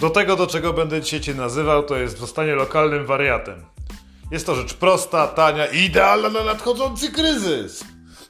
Do tego, do czego będę dzisiaj cię nazywał, to jest zostanie lokalnym wariatem. Jest to rzecz prosta, tania i idealna na nadchodzący kryzys.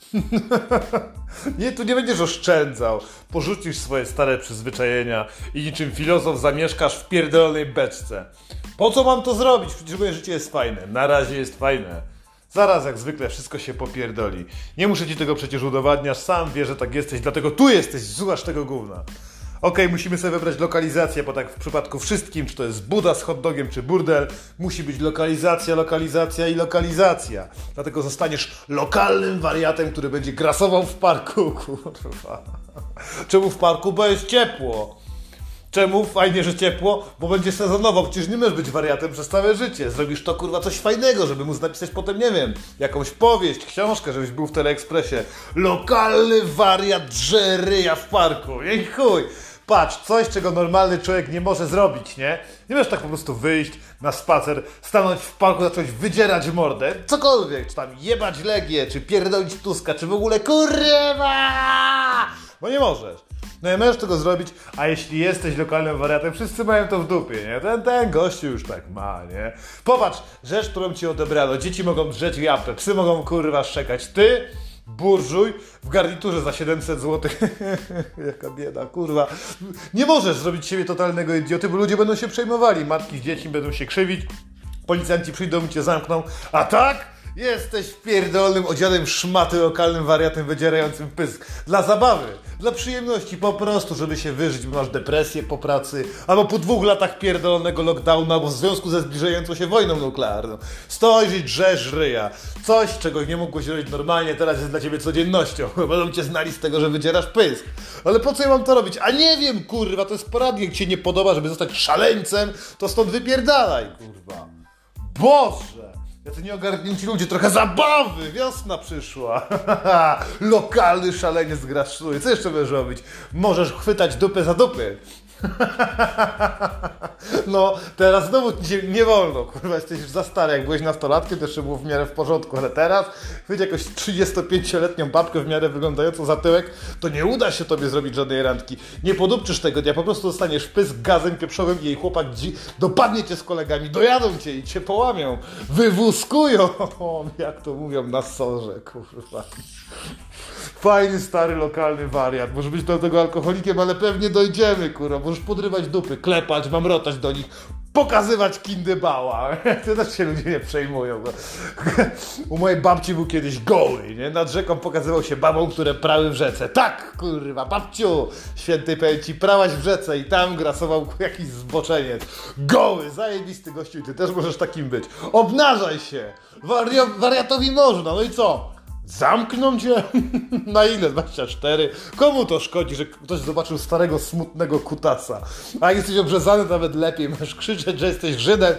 Nie, tu nie będziesz oszczędzał. Porzucisz swoje stare przyzwyczajenia i niczym filozof zamieszkasz w pierdolonej beczce. Po co mam to zrobić? Przecież moje życie jest fajne. Na razie jest fajne. Zaraz jak zwykle wszystko się popierdoli. Nie muszę ci tego przecież udowadniać, sam wiesz, że tak jesteś, dlatego tu jesteś, słuchasz tego gówna. Okej, musimy sobie wybrać lokalizację, bo tak w przypadku wszystkim, czy to jest Buda z hot dogiem, czy burdel, musi być lokalizacja, lokalizacja i lokalizacja. Dlatego zostaniesz lokalnym wariatem, który będzie grasował w parku, kurwa. Czemu w parku? Bo jest ciepło. Czemu? Fajnie, że ciepło, bo będzie sezonowo. Przecież nie możesz być wariatem przez całe życie. Zrobisz to, kurwa, coś fajnego, żeby móc napisać potem, nie wiem, jakąś powieść, książkę, żebyś był w Teleekspresie. Lokalny wariat żeryja w parku. Ej chuj. Patrz, coś, czego normalny człowiek nie może zrobić, nie? Nie możesz tak po prostu wyjść na spacer, stanąć w parku, zacząć wydzierać mordę, cokolwiek, czy tam jebać Legię, czy pierdolić Tuska, czy w ogóle kurwa! Bo nie możesz. No nie możesz tego zrobić, a jeśli jesteś lokalnym wariatem, wszyscy mają to w dupie, nie? Ten gościu już tak ma, nie? Popatrz, rzecz, którą ci odebrano. Dzieci mogą drzeć japę, psy mogą kurwa szczekać. Ty, burżuj, w garniturze za 700 zł. Jaka bieda, kurwa. Nie możesz zrobić siebie totalnego idioty, bo ludzie będą się przejmowali. Matki z dziećmi będą się krzywić, policjanci przyjdą i cię zamkną. A tak? Jesteś pierdolonym, odzianym szmaty, lokalnym wariatem wydzierającym pysk. Dla zabawy, dla przyjemności, po prostu, żeby się wyżyć, bo masz depresję po pracy, albo po 2 latach pierdolonego lockdownu, albo w związku ze zbliżającą się wojną nuklearną. Stoisz i drzesz ryja. Coś, czego nie mógłeś robić normalnie, teraz jest dla ciebie codziennością. Będą cię znali z tego, że wydzierasz pysk. Ale po co ja mam to robić? A nie wiem, kurwa, to jest poradnik. Jak ci się nie podoba, żeby zostać szaleńcem, to stąd wypierdalaj, kurwa. Boże! Jacy nieogarnięci ludzie, trochę zabawy, wiosna przyszła. Lokalny szaleniec graszuje. Co jeszcze możesz robić? Możesz chwytać dupę za dupy. No, teraz znowu nie wolno, kurwa, jesteś już za stary. Jak byłeś nastolatkiem, to jeszcze było w miarę w porządku, ale teraz chwyć jakąś 35-letnią babkę w miarę wyglądającą za tyłek, to nie uda się tobie zrobić żadnej randki. Nie podupczysz tego dnia, po prostu dostaniesz pysk gazem pieprzowym i jej chłopak dopadnie cię z kolegami, dojadą cię i cię połamią, wywózkują, jak to mówią na sorze, kurwa. Fajny, stary, lokalny wariat. Możesz być do tego alkoholikiem, ale pewnie dojdziemy, kurwa. Możesz podrywać dupy, klepać, mamrotać do nich, pokazywać kindybała. To też się ludzie nie przejmują. U mojej babci był kiedyś goły, nie? Nad rzeką pokazywał się babom, które prały w rzece. Tak, kurwa, babciu, świętej pamięci, prałaś w rzece i tam grasował jakiś zboczeniec. Goły, zajebisty gościu i ty też możesz takim być. Obnażaj się. Wariatowi można, no i co? Zamkną cię? Na ile? 24? Komu to szkodzi, że ktoś zobaczył starego, smutnego kutasa? A jak jesteś obrzezany, to nawet lepiej. Możesz krzyczeć, że jesteś Żydem.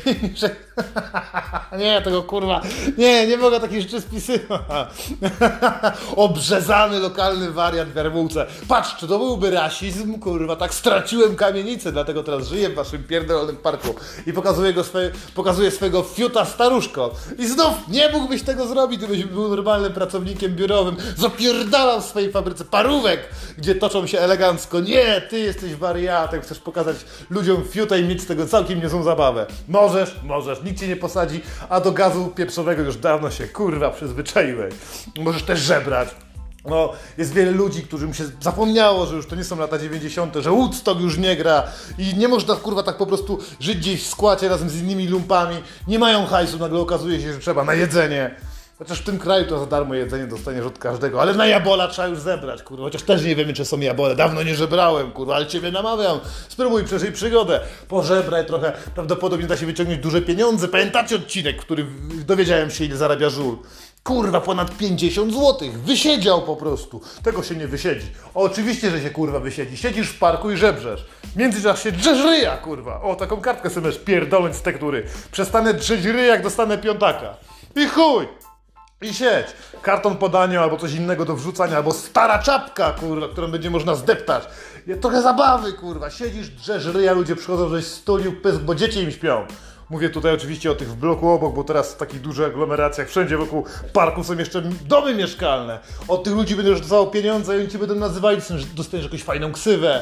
Nie, tego kurwa. Nie mogę takich rzeczy spisywać. Obrzezany, lokalny wariat w Jarmułce. Patrz, czy to byłby rasizm? Kurwa, tak straciłem kamienicę, dlatego teraz żyję w waszym pierdolonym parku. I pokazuje swojego fiuta staruszko. I znów nie mógłbyś tego zrobić, gdybyś był normalnym pracownikiem biurowym, zapierdalał w swojej fabryce parówek, gdzie toczą się elegancko. Nie, ty jesteś wariatem, chcesz pokazać ludziom fiuta i mieć z tego całkiem niezłą zabawę. Możesz, nikt cię nie posadzi, a do gazu pieprzowego już dawno się, kurwa, przyzwyczaiłeś. Możesz też żebrać. No, jest wiele ludzi, którym się zapomniało, że już to nie są lata 90., że Woodstock już nie gra i nie można, kurwa, tak po prostu żyć gdzieś w składzie razem z innymi lumpami. Nie mają hajsu, nagle okazuje się, że trzeba na jedzenie. Chociaż w tym kraju to za darmo jedzenie dostaniesz od każdego, ale na jabola trzeba już zebrać, kurwa. Chociaż też nie wiemy, czy są jabole. Dawno nie żebrałem, kurwa, ale ciebie namawiam. Spróbuj, przeżyj przygodę. Pożebraj trochę. Prawdopodobnie da się wyciągnąć duże pieniądze. Pamiętacie odcinek, w którym dowiedziałem się, ile zarabia żul? Kurwa, ponad 50 zł. Wysiedział po prostu. Tego się nie wysiedzi. Oczywiście, że się, kurwa, wysiedzi. Siedzisz w parku i żebrzesz. W międzyczasie się drzesz ryja, kurwa. O, taką kartkę sobie możesz pierdolnąć z tektury. Przestanę drzeć ryja, jak dostanę piątaka. I chuj! I sieć. Karton podania, albo coś innego do wrzucania, albo stara czapka, kurwa, którą będzie można zdeptać. Trochę zabawy, kurwa. Siedzisz, drzesz ryja, ludzie przychodzą, żeś stulił pysk, bo dzieci im śpią. Mówię tutaj oczywiście o tych w bloku obok, bo teraz w takich dużych aglomeracjach wszędzie wokół parku są jeszcze domy mieszkalne. Od tych ludzi będziesz dostawał pieniądze i oni ci będą nazywali, że dostaniesz jakąś fajną ksywę.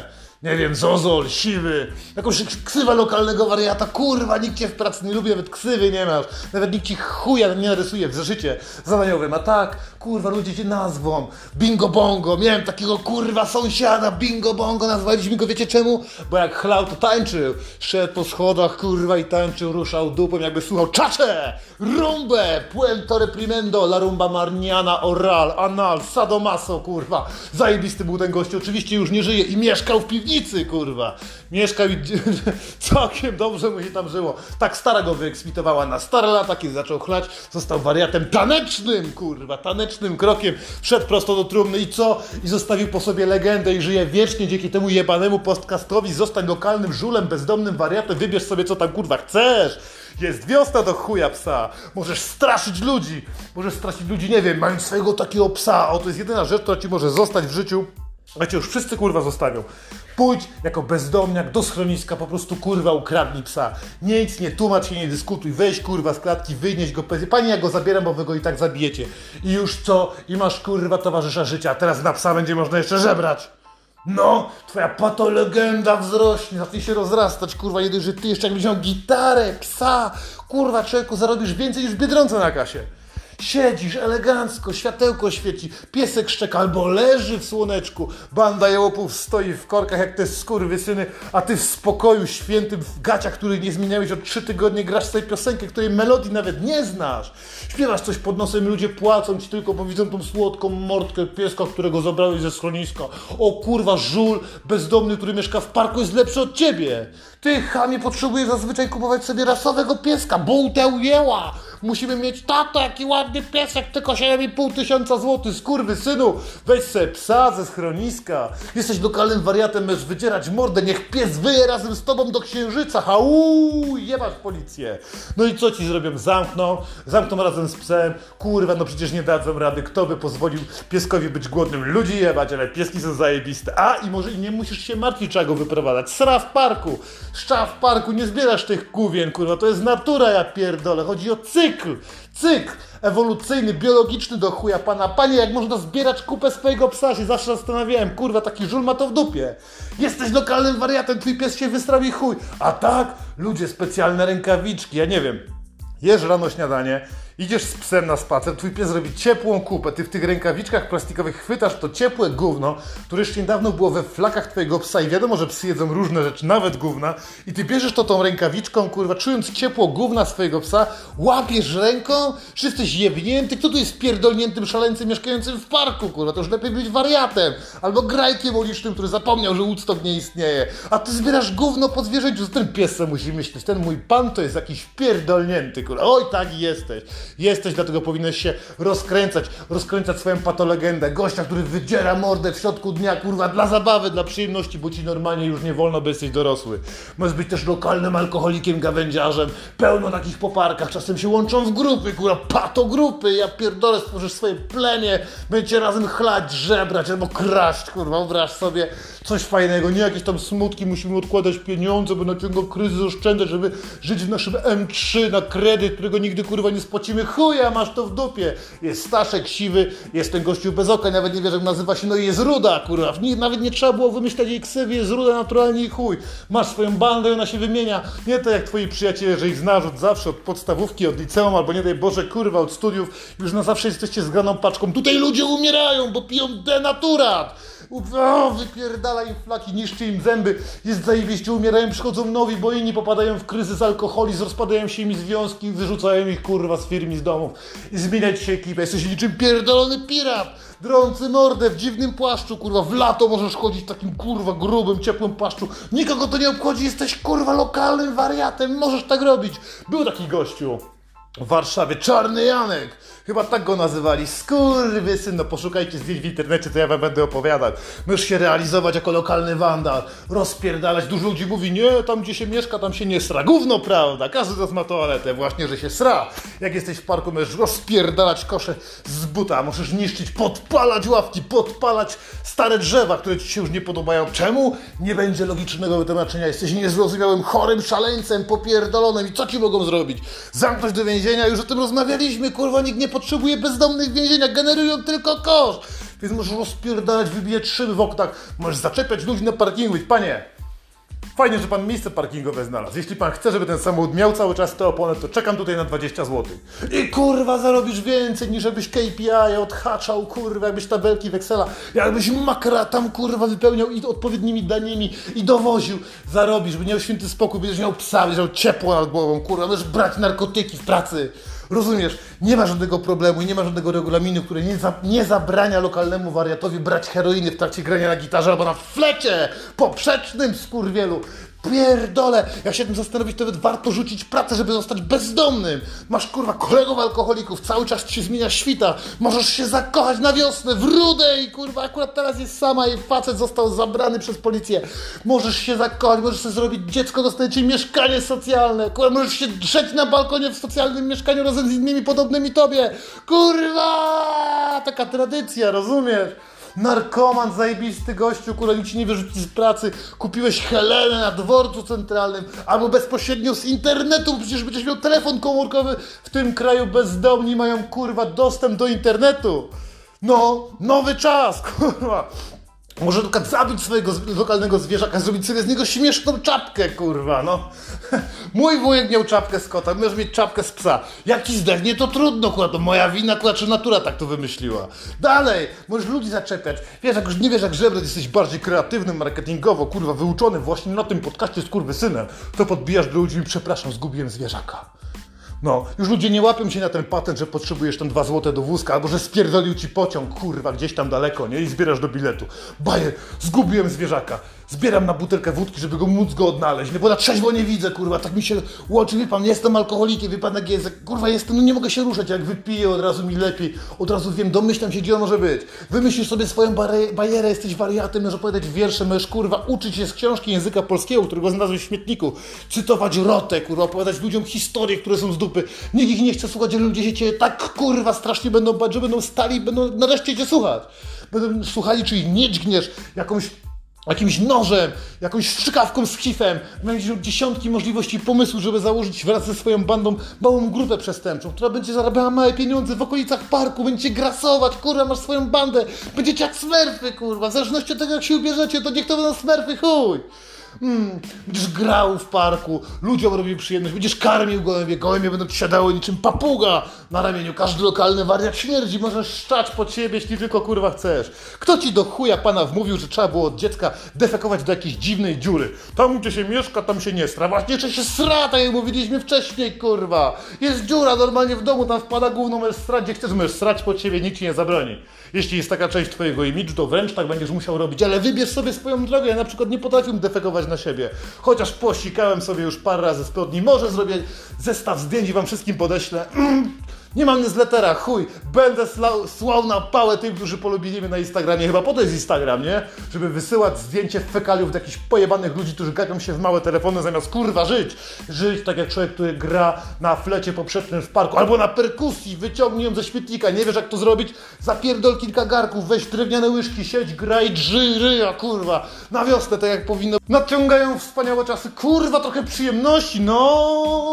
nie wiem, zozol, siwy, jakąś ksywę lokalnego wariata, kurwa, nikt cię w pracy nie lubi, nawet ksywy nie masz, nawet nikt ci chuja nie narysuje w zeszycie zadaniowym, a tak, kurwa, ludzie cię nazwą, bingo bongo, miałem takiego kurwa sąsiada, bingo bongo, nazwaliśmy go, wiecie czemu? Bo jak chlał, to tańczył, szedł po schodach, kurwa, i tańczył, ruszał dupą, jakby słuchał czacze, rumbę, puento reprimendo, la rumba marniana, oral, anal, sadomaso, kurwa, zajebisty był ten gościu, oczywiście już nie żyje i mieszkał w piwnicy, kurwa, mieszkał i całkiem dobrze mu się tam żyło, tak stara go wyeksmitowała na stare lata, kiedy zaczął chlać, został wariatem tanecznym, kurwa, tanecznym krokiem, wszedł prosto do trumny i co? I zostawił po sobie legendę i żyje wiecznie dzięki temu jebanemu podcastowi, zostań lokalnym żulem, bezdomnym wariatem, wybierz sobie co tam, kurwa, chcesz. Jest wiosna do chuja psa. Możesz straszyć ludzi, nie wiem, mając swojego takiego psa. O, to jest jedyna rzecz, która ci może zostać w życiu. A cię już wszyscy, kurwa, zostawią. Pójdź jako bezdomniak do schroniska, po prostu, kurwa, ukradnij psa. Nic, nie tłumacz się, nie dyskutuj. Weź, kurwa, z klatki, wynieś go. Pani, ja go zabieram, bo wy go i tak zabijecie. I już co? I masz, kurwa, towarzysza życia. A teraz na psa będzie można jeszcze żebrać. No, twoja patolegenda wzrośnie, zacznie się rozrastać, kurwa, nie dość, że ty jeszcze jakbyś miał gitarę, psa, kurwa, człowieku, zarobisz więcej niż w Biedronce na kasie. Siedzisz elegancko, światełko świeci, piesek szczeka albo leży w słoneczku, banda jełopów stoi w korkach jak te skurwysyny, a ty w spokoju świętym, w gaciach, których nie zmieniałeś od 3 tygodnie, grasz sobie piosenkę, której melodii nawet nie znasz. Śpiewasz coś pod nosem, ludzie płacą ci tylko, bo widzą tą słodką mordkę pieska, którego zabrałeś ze schroniska. O kurwa, żul bezdomny, który mieszka w parku, jest lepszy od ciebie. Ty, chamie, potrzebujesz zazwyczaj kupować sobie rasowego pieska, bułtę ujęła. Musimy mieć, tato, jaki ładny piesek, tylko 7,5 tysiąca złotych, skurwysynu, weź sobie psa ze schroniska, jesteś lokalnym wariatem, możesz wycierać mordę, niech pies wyje razem z tobą do księżyca, hau, jebać policję. No i co ci zrobią? Zamkną razem z psem, kurwa, no przecież nie dadzą rady, kto by pozwolił pieskowi być głodnym, ludzi jebać, ale pieski są zajebiste, a i może i nie musisz się martwić, trzeba go wyprowadzać, sra w parku, szcza w parku, nie zbierasz tych główien, kurwa, to jest natura, ja pierdolę, chodzi o cykl ewolucyjny, biologiczny do chuja pana. Panie, jak można zbierać kupę swojego psa, się zawsze zastanawiałem, kurwa, taki żul ma to w dupie. Jesteś lokalnym wariatem, twój pies się wystrawi chuj. A tak, ludzie, specjalne rękawiczki, ja nie wiem, jesz rano śniadanie, idziesz z psem na spacer, twój pies robi ciepłą kupę, ty w tych rękawiczkach plastikowych chwytasz to ciepłe gówno, które jeszcze niedawno było we flakach twojego psa i wiadomo, że psy jedzą różne rzeczy, nawet gówna, i ty bierzesz to tą rękawiczką, kurwa, czując ciepło gówna swojego psa, łapiesz ręką, czy jesteś jebnięty, kto tu jest pierdolniętym szaleńcem mieszkającym w parku, kurwa, to już lepiej być wariatem, albo grajkiem ulicznym, który zapomniał, że Woodstock nie istnieje, a ty zbierasz gówno po zwierzęciu, ten pies co musi myśleć, ten mój pan to jest jakiś pierdolnięty, kurwa, oj tak jesteś. Dlatego powinieneś się rozkręcać swoją patolegendę. Gościa, który wydziera mordę w środku dnia, kurwa, dla zabawy, dla przyjemności, bo ci normalnie już nie wolno, bo jesteś dorosły. Możesz być też lokalnym alkoholikiem, gawędziarzem, pełno takich po parkach, czasem się łączą w grupy, kurwa, patogrupy, ja pierdolę, stworzysz swoje plemię, będziecie razem chlać, żebrać albo kraść, kurwa, wyobraź sobie coś fajnego, nie jakieś tam smutki, musimy odkładać pieniądze, bo na ciągle kryzys oszczędzać, żeby żyć w naszym M3 na kredyt, którego nigdy, kurwa, nie spłacimy. Chuja, masz to w dupie. Jest Staszek siwy, jest ten gościu bez oka, nawet nie wiesz jak nazywa się, no i jest Ruda, kurwa. Nawet nie trzeba było wymyślać jej ksywy, jest Ruda naturalnie i chuj. Masz swoją bandę i ona się wymienia. Nie to jak twoi przyjaciele, że ich znasz od zawsze, od podstawówki, od liceum, albo nie daj Boże, kurwa, od studiów. Już na zawsze jesteście zgraną paczką. Tutaj ludzie umierają, bo piją denaturat. Wypierdala im flaki, niszczy im zęby, jest zajebiście, umierają, przychodzą nowi, bo inni popadają w kryzys, alkoholizm, rozpadają się im związki, wyrzucają ich, kurwa, z firm i z domów. I zmieniać się ekipę, jesteś niczym pierdolony pirat, drący mordę w dziwnym płaszczu, kurwa, w lato możesz chodzić w takim, kurwa, grubym, ciepłym płaszczu, nikogo to nie obchodzi, jesteś, kurwa, lokalnym wariatem, możesz tak robić. Był taki gościu w Warszawie, Czarny Janek, chyba tak go nazywali, skurwysyn, no poszukajcie zdjęć w internecie, to ja wam będę opowiadał. Możesz się realizować jako lokalny wandal, rozpierdalać, dużo ludzi mówi, nie, tam gdzie się mieszka, tam się nie sra, gówno prawda, każdy z nas ma toaletę, właśnie, że się sra. Jak jesteś w parku, możesz rozpierdalać kosze z buta, możesz niszczyć, podpalać ławki, podpalać stare drzewa, które ci się już nie podobają. Czemu? Nie będzie logicznego wytłumaczenia, jesteś niezrozumiałym, chorym szaleńcem, popierdolonym i co ci mogą zrobić? Zamknąć do więzienia, już o tym rozmawialiśmy, kurwa, nikt nie potrzebuje bezdomnych w więzieniach, generują tylko koszt. więc możesz rozpierdalać, wybijać szyby w oknach, możesz zaczepiać ludzi na parkingu i panie, fajnie, że pan miejsce parkingowe znalazł. Jeśli pan chce, żeby ten samochód miał cały czas te opony, to czekam tutaj na 20 zł. I kurwa zarobisz więcej niż jakbyś KPI odhaczał, kurwa, jakbyś tabelki w Excela, jakbyś makra tam kurwa wypełniał i odpowiednimi danymi i dowoził. Zarobisz, by miał święty spokój, będziesz miał psa, będziesz miał ciepło nad głową, kurwa, będziesz brać narkotyki w pracy. Rozumiesz? Nie ma żadnego problemu i nie ma żadnego regulaminu, który nie zabrania lokalnemu wariatowi brać heroiny w trakcie grania na gitarze albo na flecie poprzecznym, skurwielu. Pierdolę, jak się tym zastanowić, to nawet warto rzucić pracę, żeby zostać bezdomnym. Masz kurwa kolegów alkoholików, cały czas ci się zmienia świta. Możesz się zakochać na wiosnę w rudę i kurwa akurat teraz jest sama i facet został zabrany przez policję. Możesz się zakochać, możesz sobie zrobić dziecko, dostać ci mieszkanie socjalne. Kurwa, możesz się drzeć na balkonie w socjalnym mieszkaniu razem z innymi podobnymi tobie. Kurwa, taka tradycja, rozumiesz? Narkoman, zajebisty gościu, kurwa, nikt ci nie wyrzuci z pracy, kupiłeś Helenę na dworcu centralnym, albo bezpośrednio z internetu, przecież będziesz miał telefon komórkowy. W tym kraju bezdomni mają, kurwa, dostęp do internetu. No, nowy czas, kurwa. Może tylko zabić swojego lokalnego zwierzaka, zrobić sobie z niego śmieszną czapkę, kurwa, no. Mój wujek miał czapkę z kota, możesz mieć czapkę z psa. Jak ci zdechnie, to trudno, kurwa, to moja wina, kurwa, czy natura tak to wymyśliła. Dalej, możesz ludzi zaczepiać. Wiesz, jak już nie wiesz jak żebrać, jesteś bardziej kreatywny, marketingowo, kurwa, wyuczony właśnie na tym podcaście z kurwysynem, to podbijasz do ludzi i przepraszam, zgubiłem zwierzaka. No, już ludzie nie łapią się na ten patent, że potrzebujesz tam 2 złote do wózka, albo że spierdolił ci pociąg, kurwa, gdzieś tam daleko, nie? I zbierasz do biletu. Bajer, zgubiłem zwierzaka. Zbieram na butelkę wódki, żeby móc go odnaleźć, no bo na trzeźwo nie widzę, kurwa, tak mi się łączy, wie pan, jestem alkoholikiem, wie pan jak jest, kurwa jestem, no nie mogę się ruszać, jak wypiję od razu mi lepiej, od razu wiem, domyślam się, gdzie on może być. Wymyślisz sobie swoją bajerę, jesteś wariatem, możesz opowiadać wiersze, możesz, kurwa, uczyć się z książki języka polskiego, którego znalazłeś w śmietniku, cytować Rotę, kurwa, opowiadać ludziom historie, które są z dupy. Nikt ich nie chce słuchać, że ludzie się ciebie tak, kurwa, strasznie będą bać, że będą stali i będą nareszcie cię słuchać. Będą słuchali, czy ich nie dźgniesz jakimś nożem, jakąś strzykawką z hifem, będziesz dziesiątki możliwości pomysłu, żeby założyć wraz ze swoją bandą małą grupę przestępczą, która będzie zarabiała małe pieniądze w okolicach parku, będziecie grasować, kurwa, masz swoją bandę, będziecie jak smerfy, kurwa, w zależności od tego, jak się ubierzecie, to niech to będą smerfy, chuj. Będziesz grał w parku, ludziom robił przyjemność, będziesz karmił gołębie będą ci siadały niczym papuga na ramieniu, każdy lokalny wariat śmierdzi, możesz szczać pod siebie, jeśli tylko kurwa chcesz. Kto ci do chuja pana wmówił, że trzeba było od dziecka defekować do jakiejś dziwnej dziury? Tam gdzie się mieszka, tam się nie stra, właśnie czy się sra, tak jak mówiliśmy wcześniej, kurwa. Jest dziura normalnie w domu, tam wpada gówno, możesz srać, gdzie chcesz, możesz srać pod siebie, nikt ci nie zabroni. Jeśli jest taka część twojego imidżu, to wręcz tak będziesz musiał robić, ale wybierz sobie swoją drogę. Ja na przykład nie potrafię defekować na siebie. Chociaż posikałem sobie już parę razy spodni. Może zrobię zestaw zdjęć i wam wszystkim podeślę. Nie mam newslettera, chuj. Będę słał na pałę tym, którzy polubili mnie na Instagramie. Chyba po to jest Instagram, nie? Żeby wysyłać zdjęcie fekaliów do jakichś pojebanych ludzi, którzy gapią się w małe telefony zamiast kurwa żyć. Żyć tak jak człowiek, który gra na flecie poprzecznym w parku albo na perkusji, wyciągnij ją ze śmietnika. Nie wiesz jak to zrobić? Zapierdol kilka garków, weź drewniane łyżki, siedź, graj, drży, ryja, kurwa. Na wiosnę, tak jak powinno. Nadciągają wspaniałe czasy, kurwa, trochę przyjemności, no.